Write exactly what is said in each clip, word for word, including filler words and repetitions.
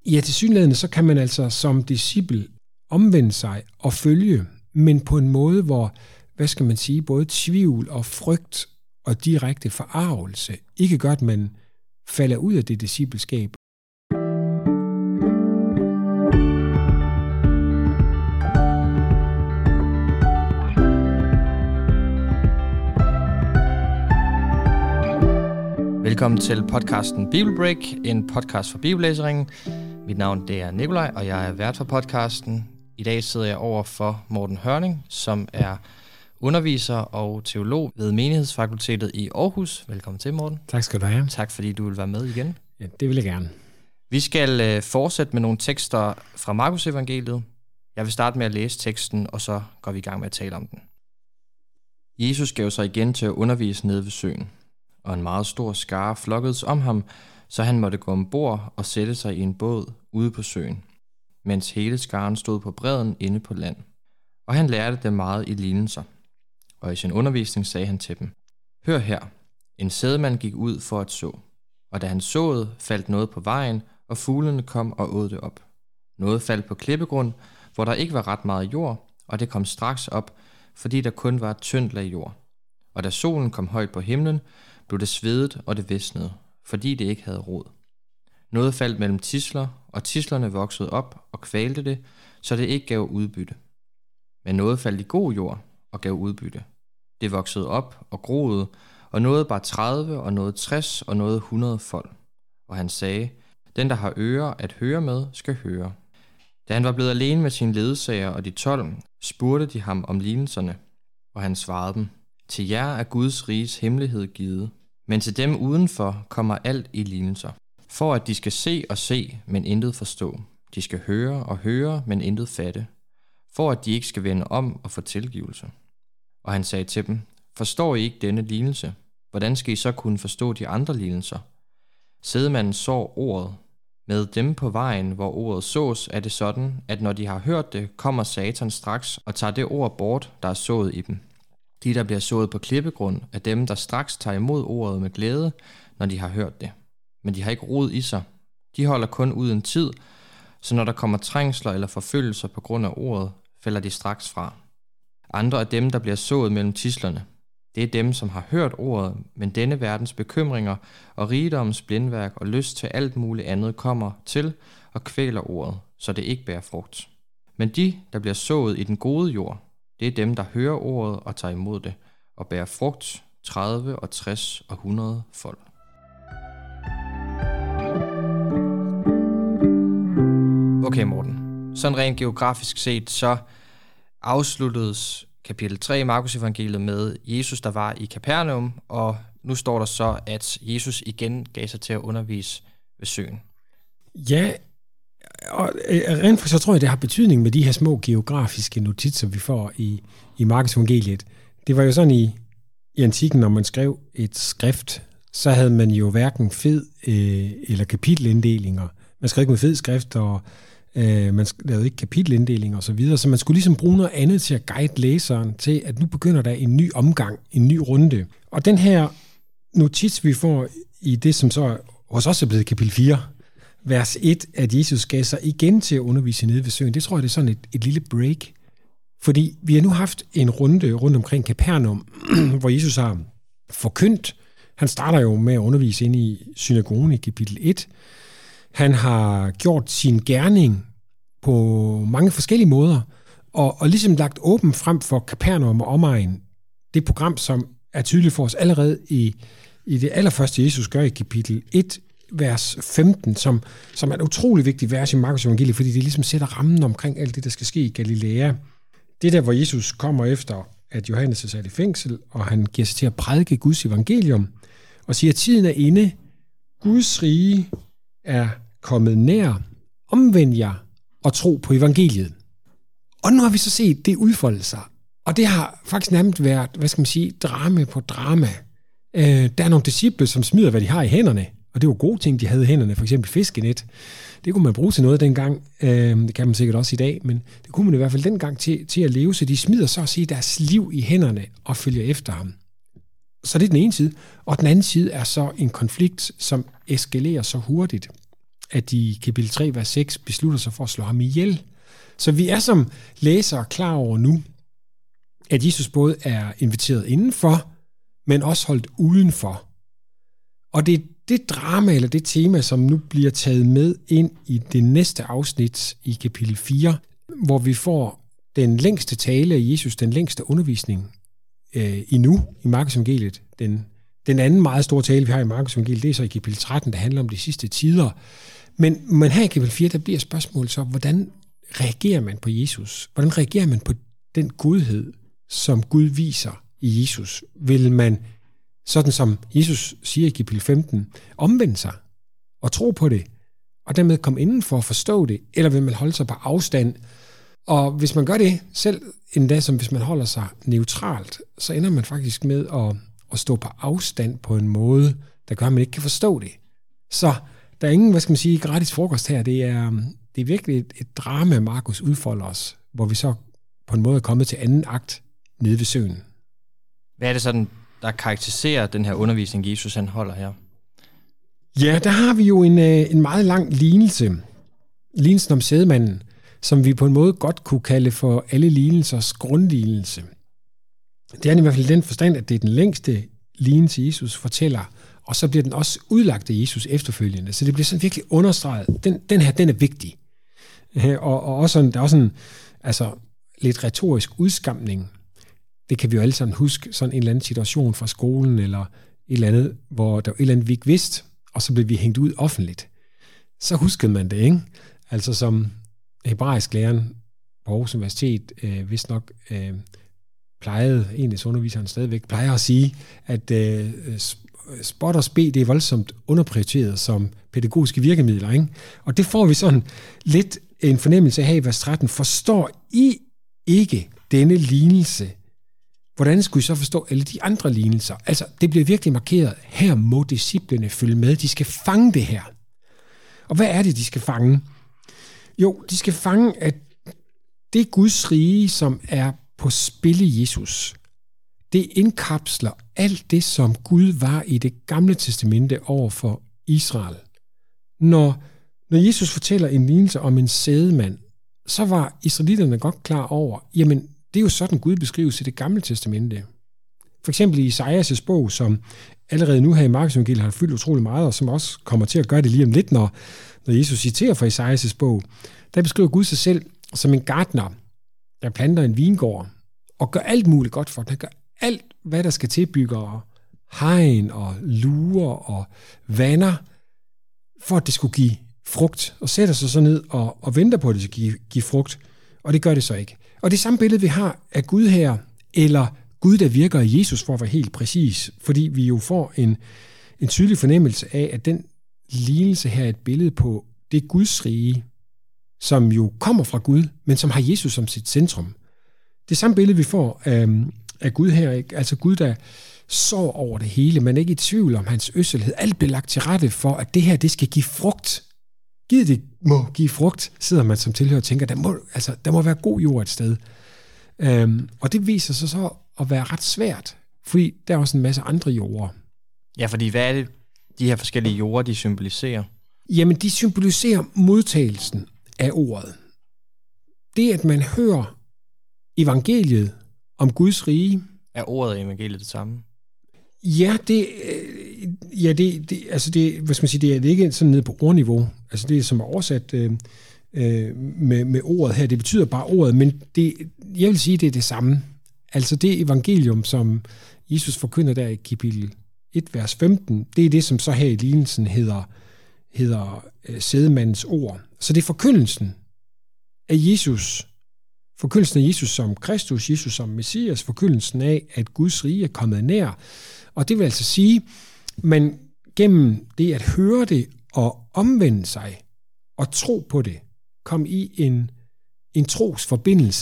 Ja, tilsyneladende så kan man altså som disciple omvende sig og følge, men på en måde, hvor, hvad skal man sige, både tvivl og frygt og direkte forargelse ikke gør, at man falder ud af det discipleskab. Velkommen til podcasten Bibelbreak, en podcast for Bibellæseringen. Mit navn det er Nikolaj, og jeg er vært for podcasten. I dag sidder jeg over for Morten Hørning, som er underviser og teolog ved Menighedsfakultetet i Aarhus. Velkommen til, Morten. Tak skal du have. Tak fordi du vil være med igen. Ja, det vil jeg gerne. Vi skal uh, fortsætte med nogle tekster fra Markus evangeliet. Jeg vil starte med at læse teksten, og så går vi i gang med at tale om den. Jesus gav sig igen til at undervise nede ved søen, og en meget stor skare flokkedes om ham, så han måtte gå ombord og sætte sig i en båd ude på søen, mens hele skaren stod på bredden inde på land. Og han lærte dem meget i lignelser. Og i sin undervisning sagde han til dem: Hør her, en sædemand gik ud for at så, og da han såede, faldt noget på vejen, og fuglene kom og åd det op. Noget faldt på klippegrund, hvor der ikke var ret meget jord, og det kom straks op, fordi der kun var et tyndt lag jord. Og da solen kom højt på himlen, blev det svedet, og det visnede, fordi det ikke havde rod. Noget faldt mellem tisler, og tislerne voksede op og kvalte det, så det ikke gav udbytte. Men noget faldt i god jord og gav udbytte. Det voksede op og groede, og noget bar tredive, og noget tres, og noget hundrede fold. Og han sagde: Den, der har ører at høre med, skal høre. Da han var blevet alene med sine ledsager og de tolv, spurgte de ham om lignelserne, og han svarede dem: Til jer er Guds riges hemmelighed givet, men til dem udenfor kommer alt i lignelser, for at de skal se og se, men intet forstå. De skal høre og høre, men intet fatte, for at de ikke skal vende om og få tilgivelse. Og han sagde til dem: Forstår I ikke denne lignelse? Hvordan skal I så kunne forstå de andre lignelser? Sædemanden sår ordet. Med dem på vejen, hvor ordet sås, er det sådan, at når de har hørt det, kommer Satan straks og tager det ord bort, der er sået i dem. De, der bliver sået på klippegrund, er dem, der straks tager imod ordet med glæde, når de har hørt det. Men de har ikke rod i sig. De holder kun ud en tid, så når der kommer trængsler eller forfølgelser på grund af ordet, falder de straks fra. Andre er dem, der bliver sået mellem tislerne. Det er dem, som har hørt ordet, men denne verdens bekymringer og rigdommens blindværk og lyst til alt muligt andet kommer til og kvæler ordet, så det ikke bærer frugt. Men de, der bliver sået i den gode jord, det er dem, der hører ordet og tager imod det, og bærer frugt, tredive og tres og hundrede fold. Okay, Morten. Sådan rent geografisk set, så afsluttedes kapitel tre i Markus evangeliet med Jesus, der var i Kapernaum, og nu står der så, at Jesus igen gav sig til at undervise ved søen. Ja, og rent for så tror jeg, det har betydning med de her små geografiske notitser, vi får i, i Markus evangeliet. Det var jo sådan i, i antikken, når man skrev et skrift, så havde man jo hverken fed øh, eller kapitelinddelinger. Man skrev ikke med fed skrift, og øh, man lavede ikke kapitelinddelinger og så videre, så man skulle ligesom bruge noget andet til at guide læseren til, at nu begynder der en ny omgang, en ny runde. Og den her notits, vi får i det, som så hos os er blevet kapitel fire, vers et, at Jesus gav sig igen til at undervise nede ved søen, det tror jeg, det er sådan et, et lille break. Fordi vi har nu haft en runde rundt omkring Kapernaum, hvor Jesus har forkyndt. Han starter jo med at undervise inde i synagogen i kapitel et. Han har gjort sin gerning på mange forskellige måder, og, og ligesom lagt åben frem for Kapernaum og omegn. Det program, som er tydeligt for os allerede i, i det allerførste, Jesus gør i kapitel et, vers femten, som, som er et utrolig vigtigt vers i Markus evangeliet, fordi det ligesom sætter rammen omkring alt det, der skal ske i Galilea. Det der, hvor Jesus kommer efter, at Johannes er sat i fængsel, og han giver sig til at prædike Guds evangelium, og siger, at tiden er inde, Guds rige er kommet nær, omvend jer og tro på evangeliet. Og nu har vi så set det udfolde sig, og det har faktisk nærmest været, hvad skal man sige, drama på drama. Øh, der er nogle disciple, som smider, hvad de har i hænderne, og det var gode ting, de havde i hænderne, for eksempel fiskenet. Det kunne man bruge til noget dengang, øh, det kan man sikkert også i dag, men det kunne man i hvert fald dengang til, til at leve, så de smider så at sige deres liv i hænderne og følger efter ham. Så det er den ene side, og den anden side er så en konflikt, som eskalerer så hurtigt, at de i kapitel tre, vers seks beslutter sig for at slå ham ihjel. Så vi er som læsere klar over nu, at Jesus både er inviteret indenfor, men også holdt udenfor. Og det er det drama eller det tema, som nu bliver taget med ind i det næste afsnit i kapitel fire, hvor vi får den længste tale af Jesus, den længste undervisning øh, endnu i Markus evangeliet. Den, den anden meget store tale, vi har i Markus evangeliet, det er så i kapitel tretten, der handler om de sidste tider. Men, men her i kapitel fire, der bliver spørgsmålet så, hvordan reagerer man på Jesus? Hvordan reagerer man på den godhed, som Gud viser i Jesus? Vil man, sådan som Jesus siger i kapitel femten, omvende sig og tro på det, og dermed komme inden for at forstå det, eller vil man holde sig på afstand? Og hvis man gør det, selv endda som hvis man holder sig neutralt, så ender man faktisk med at, at stå på afstand på en måde, der gør, at man ikke kan forstå det. Så der er ingen, hvad skal man sige, gratis frokost her. Det er, det er virkelig et, et drama, Markus udfolder os, hvor vi så på en måde er kommet til anden akt nede ved søen. Hvad er det sådan, der karakteriserer den her undervisning, Jesus han holder her? Ja, der har vi jo en, en meget lang lignelse. Lignelsen om sædemanden, som vi på en måde godt kunne kalde for alle lignelsers grundlignelse. Det er i hvert fald den forstand, at det er den længste lignelse, Jesus fortæller, og så bliver den også udlagt af Jesus efterfølgende. Så det bliver sådan virkelig understreget. Den, den her, den er vigtig. Og, og også sådan, der er også en altså, lidt retorisk udskamning. Det kan vi jo alle sammen huske, sådan en eller anden situation fra skolen, eller et eller andet, hvor der var et eller andet, vi ikke vidste, og så blev vi hængt ud offentligt. Så huskede man det, ikke? Altså som hebraisk læreren på Aarhus Universitet, øh, vist nok øh, plejede, egentlig underviseren stadigvæk, plejer at sige, at øh, spot og spe, det er voldsomt underprioriteret som pædagogiske virkemidler, ikke? Og det får vi sådan lidt en fornemmelse af her i vers tretten. Forstår I ikke denne lignelse? Hvordan skulle I så forstå alle de andre lignelser? Altså, det bliver virkelig markeret. Her må disciplene følge med. De skal fange det her. Og hvad er det, de skal fange? Jo, de skal fange, at det Guds rige, som er på spil i Jesus, det indkapsler alt det, som Gud var i det gamle testamente over for Israel. Når, når Jesus fortæller en lignelse om en sædemand, så var israelitterne godt klar over, jamen, det er jo sådan, Gud beskrives i det gamle testamente. For eksempel i Esajas' bog, som allerede nu her i Markus evangeliet har fyldt utrolig meget, og som også kommer til at gøre det lige om lidt, når, når Jesus citerer fra Esajas' bog. Der beskriver Gud sig selv som en gartner, der planter en vingård, og gør alt muligt godt for den. Han gør alt, hvad der skal til, bygger hegn og lurer og vander, for at det skulle give frugt, og sætter sig så ned og, og venter på, at det skal give, give frugt, og det gør det så ikke. Og det samme billede, vi har af Gud her, eller Gud, der virker i Jesus, for at være helt præcis, fordi vi jo får en, en tydelig fornemmelse af, at den lignelse her er et billede på det Guds rige, som jo kommer fra Gud, men som har Jesus som sit centrum. Det samme billede, vi får af, af Gud her, ikke? Altså Gud, der sår over det hele, men ikke i tvivl om hans øsselhed. Alt bliver lagt til rette for, at det her, det skal give frugt. Givet det må give frugt, sidder man som tilhører og tænker, der må, altså, der må være god jord et sted. Øhm, og det viser sig så at være ret svært, fordi der er også en masse andre jorder. Ja, fordi hvad er det, de her forskellige jorder, de symboliserer? Jamen, de symboliserer modtagelsen af ordet. Det, at man hører evangeliet om Guds rige. Er ordet i evangeliet det samme? Ja, det, ja, det, det, altså det, hvad skal man sige, det er, det er ikke sådan nede på ordniveau. Altså det, som er oversat øh, med, med ordet her, det betyder bare ordet, men det, jeg vil sige, det er det samme. Altså det evangelium, som Jesus forkynder der i kapitel et, vers femten, det er det, som så her i lignelsen hedder, hedder øh, sædemandens ord. Så det er forkyndelsen af Jesus, forkyndelsen af Jesus som Kristus, Jesus som Messias, forkyndelsen af, at Guds rige er kommet nær. Og det vil altså sige, man gennem det at høre det og omvende sig og tro på det, kom i en, en trosforbindelse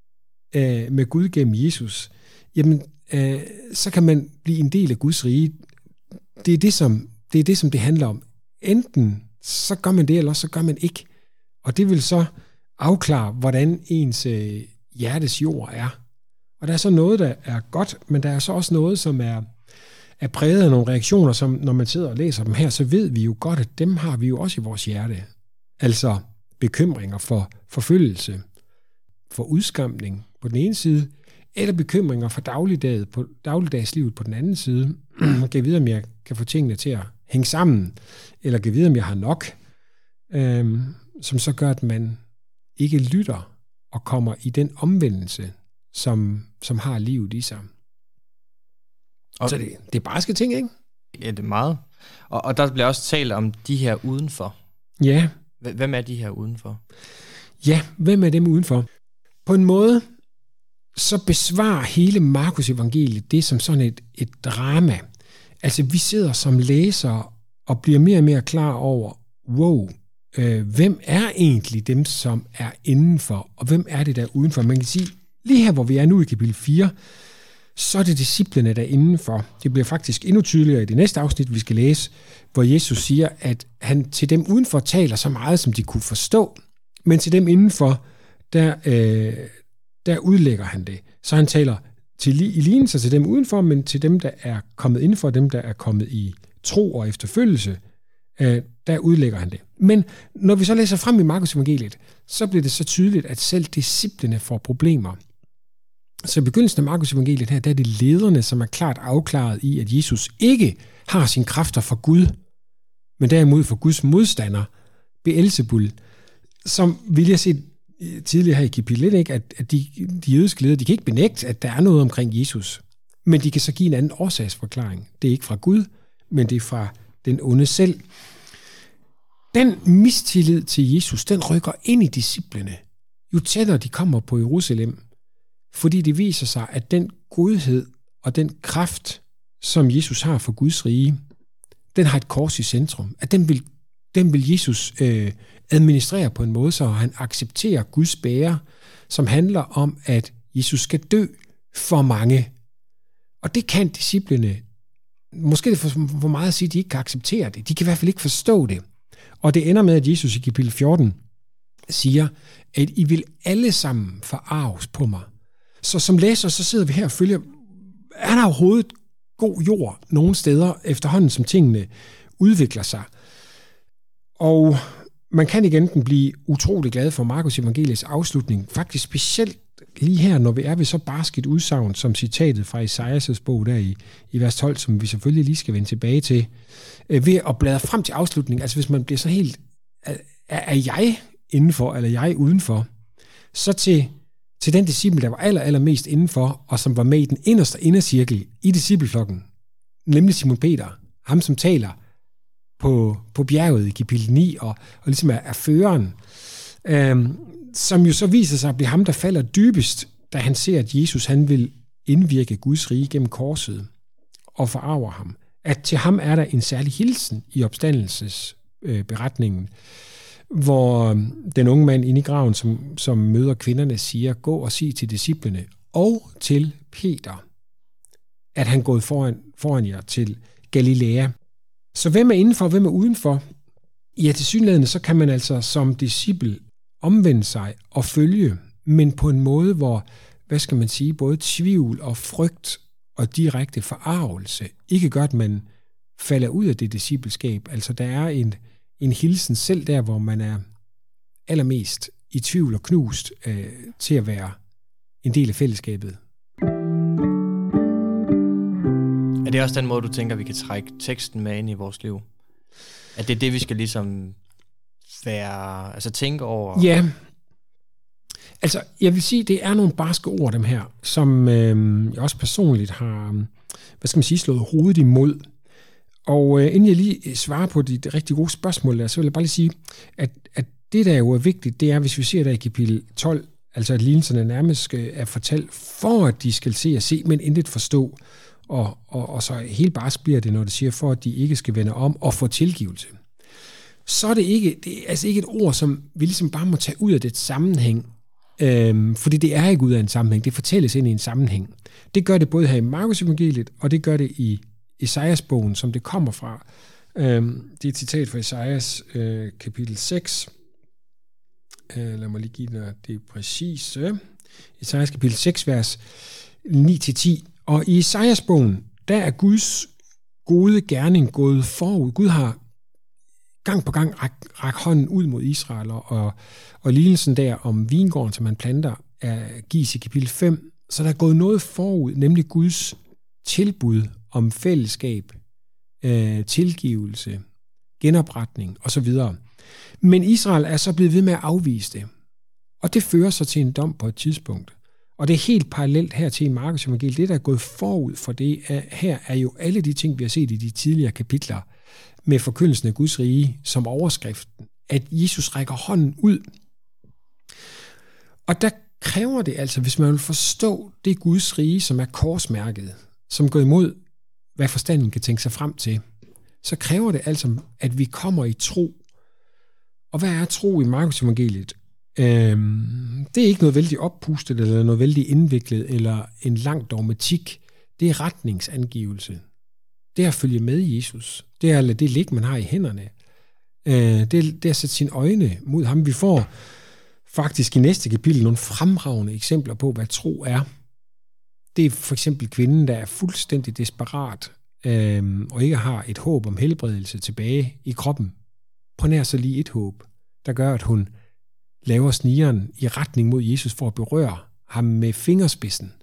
øh, med Gud gennem Jesus, jamen øh, så kan man blive en del af Guds rige. Det er det, som det, er det, som det handler om. Enten så gør man det, eller så gør man ikke. Og det vil så afklare, hvordan ens øh, hjertes jord er. Og der er så noget, der er godt, men der er så også noget, som er, er præget af nogle reaktioner, som når man sidder og læser dem her, så ved vi jo godt, at dem har vi jo også i vores hjerte. Altså bekymringer for forfølgelse, for udskamning på den ene side, eller bekymringer for dagligdags, på dagligdagslivet på den anden side. Kan vide, om jeg kan få tingene til at hænge sammen, eller kan vide, om jeg har nok, øhm, som så gør, at man ikke lytter og kommer i den omvendelse, som, som har livet i sig. Og så det, det er barske ting, ikke? Ja, det er meget. Og, og der bliver også talt om de her udenfor. Ja. Hvem er de her udenfor? Ja, hvem er dem udenfor? På en måde, så besvarer hele Markus evangeliet det som sådan et, et drama. Altså, vi sidder som læsere og bliver mere og mere klar over, wow, øh, hvem er egentlig dem, som er indenfor, og hvem er det, der er udenfor? Man kan sige, lige her, hvor vi er nu i kapitel fire, så er det disciplene, der er indenfor. Det bliver faktisk endnu tydeligere i det næste afsnit, vi skal læse, hvor Jesus siger, at han til dem udenfor taler så meget, som de kunne forstå, men til dem indenfor, der, øh, der udlægger han det. Så han taler til, i lignelse til dem udenfor, men til dem, der er kommet indenfor, dem, der er kommet i tro og efterfølgelse, øh, der udlægger han det. Men når vi så læser frem i Markus evangeliet, så bliver det så tydeligt, at selv disciplene får problemer. Så i begyndelsen af Markus evangeliet her, der er det lederne, som er klart afklaret i, at Jesus ikke har sine kræfter fra Gud, men derimod for Guds modstander, Beelzebul, som vil jeg se tidligere her i kapitel et, ikke, at, at de, de jødiske ledere, de kan ikke benægte, at der er noget omkring Jesus, men de kan så give en anden årsagsforklaring. Det er ikke fra Gud, men det er fra den onde selv. Den mistillid til Jesus, den rykker ind i disciplene, jo tættere de kommer på Jerusalem, fordi det viser sig, at den godhed og den kraft, som Jesus har for Guds rige, den har et kors i centrum. At den vil, den vil Jesus øh, administrere på en måde, så han accepterer Guds bære, som handler om, at Jesus skal dø for mange. Og det kan disciplene, måske det er for, for meget at sige, at de ikke kan acceptere det. De kan i hvert fald ikke forstå det. Og det ender med, at Jesus i kapitel fjorten siger, at I vil alle sammen forarves på mig. Så som læser, så sidder vi her og følger, er der overhovedet god jord nogle steder efterhånden, som tingene udvikler sig? Og man kan igen blive utrolig glad for Markus evangeliets afslutning, faktisk specielt lige her, når vi er ved så barsk et udsagn, som citatet fra Esajas' bog der i, i vers tolv, som vi selvfølgelig lige skal vende tilbage til, øh, ved at bladre frem til afslutningen, altså hvis man bliver så helt, er, er jeg indenfor, eller jeg udenfor, så til til den disciple, der var aller, aller mest indenfor, og som var med i den inderste indercirkel i discipleflokken, nemlig Simon Peter, ham som taler på, på bjerget i kapitel ni, og, og ligesom er, er føreren, øhm, som jo så viser sig at blive ham, der falder dybest, da han ser, at Jesus han vil indvirke Guds rige gennem korset og forarver ham. At til ham er der en særlig hilsen i opstandelsesberetningen, øh, hvor den unge mand inde i graven, som, som møder kvinderne, siger, gå og sig til disciplene og til Peter, at han gået foran, foran jer til Galilea. Så hvem er indenfor, og hvem er udenfor? Ja, tilsyneladende så kan man altså som disciple omvende sig og følge, men på en måde, hvor, hvad skal man sige, både tvivl og frygt og direkte forarvelse ikke gør, at man falder ud af det discipleskab. Altså der er en En hilsen selv der, hvor man er allermest i tvivl og knust øh, til at være en del af fællesskabet. Er det også den måde, du tænker, vi kan trække teksten med ind i vores liv? At det er det, vi skal ligesom være, altså tænke over? Ja. Altså, jeg vil sige, det er nogle barske ord, dem her, som øh, jeg også personligt har, hvad skal man sige, slået hovedet imod. Og øh, inden jeg lige svarer på de, de rigtig gode spørgsmål der, så vil jeg bare lige sige, at, at det, der jo er vigtigt, det er, hvis vi ser der i kapitel tolv, altså at lignelserne nærmest er fortalt, for at de skal se og se, men intet forstå. Og, og, og så helt barsk bliver det, når det siger, for at de ikke skal vende om og få tilgivelse. Så er det ikke, det er altså ikke et ord, som vi ligesom bare må tage ud af det sammenhæng, øhm, fordi det er ikke ud af en sammenhæng, det fortælles ind i en sammenhæng. Det gør det både her i Markus evangeliet, og det gør det i Esajas-bogen, som det kommer fra. Øhm, det er et citat fra Esajas øh, kapitel seks. Øh, lad mig lige give dig det præcise. Esajas kapitel seks, vers ni til ti. Og i Esajas-bogen, der er Guds gode gerning gået forud. Gud har gang på gang ræk, ræk hånden ud mod Israel, og, og lignelsen der om vingården, som han planter, er, gives i kapitel fem. Så der er gået noget forud, nemlig Guds tilbud om fællesskab, øh, tilgivelse, genopretning osv. Men Israel er så blevet ved med at afvise det. Og det fører sig til en dom på et tidspunkt. Og det er helt parallelt her til i Markus evangeliet. Det, der er gået forud for det, er, her er jo alle de ting, vi har set i de tidligere kapitler, med forkyndelsen af Guds rige som overskriften, at Jesus rækker hånden ud. Og der kræver det altså, hvis man vil forstå det Guds rige, som er korsmærket, som går imod, hvad forstanden kan tænke sig frem til, så kræver det altså, at vi kommer i tro. Og hvad er tro i Markus evangeliet? Øhm, det er ikke noget vældig oppustet, eller noget vældig indviklet, eller en lang dogmatik. Det er retningsangivelse. Det er at følge med Jesus. Det er at lade det ligge, man har i hænderne. Øh, det, er, det er at sætte sine øjne mod ham. Vi får faktisk i næste kapitel nogle fremragende eksempler på, hvad tro er. Det er for eksempel kvinden, der er fuldstændig desperat, øh, og ikke har et håb om helbredelse tilbage i kroppen. På nær så lige et håb, der gør, at hun laver snigeren i retning mod Jesus for at berøre ham med fingerspidsen.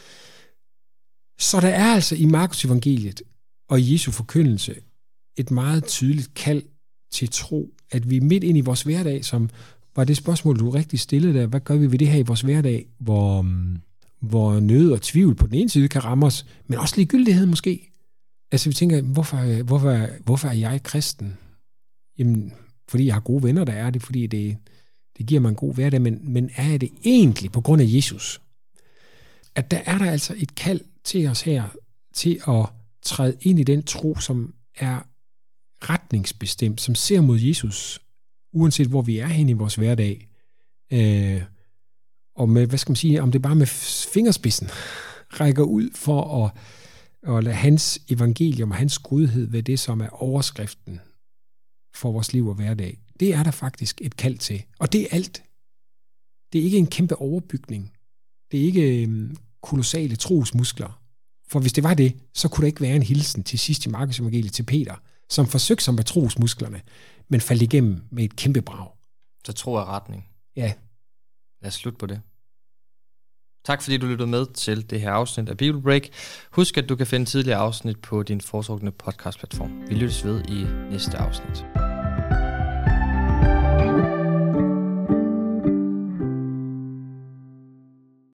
Så der er altså i Markus evangeliet og i Jesu forkyndelse et meget tydeligt kald til tro, at vi midt ind i vores hverdag, som var det spørgsmål, du rigtig stillede der, hvad gør vi ved det her i vores hverdag, hvor, hvor nød og tvivl på den ene side kan ramme os, men også ligegyldighed måske. Altså vi tænker, hvorfor, hvorfor, hvorfor er jeg kristen? Jamen, fordi jeg har gode venner, der er det, fordi det, det giver mig en god hverdag, men, men er det egentlig på grund af Jesus? At der er der altså et kald til os her, til at træde ind i den tro, som er retningsbestemt, som ser mod Jesus, uanset hvor vi er hen i vores hverdag. Øh, og med, hvad skal man sige, om det bare med fingerspidsen rækker ud for at, at lade hans evangelium og hans godhed ved det, som er overskriften for vores liv og hverdag. Det er der faktisk et kald til. Og det er alt. Det er ikke en kæmpe overbygning. Det er ikke øh, kolossale trosmuskler. For hvis det var det, så kunne der ikke være en hilsen til sidst i Markus evangeliet til Peter, som forsøgte sig med trosmusklerne, men faldt igennem med et kæmpe brag. Så tro er retning. Ja. Lad os slutte på det. Tak fordi du lyttede med til det her afsnit af Bible Break. Husk, at du kan finde tidligere afsnit på din foretrukne podcastplatform. Vi lyttes ved i næste afsnit.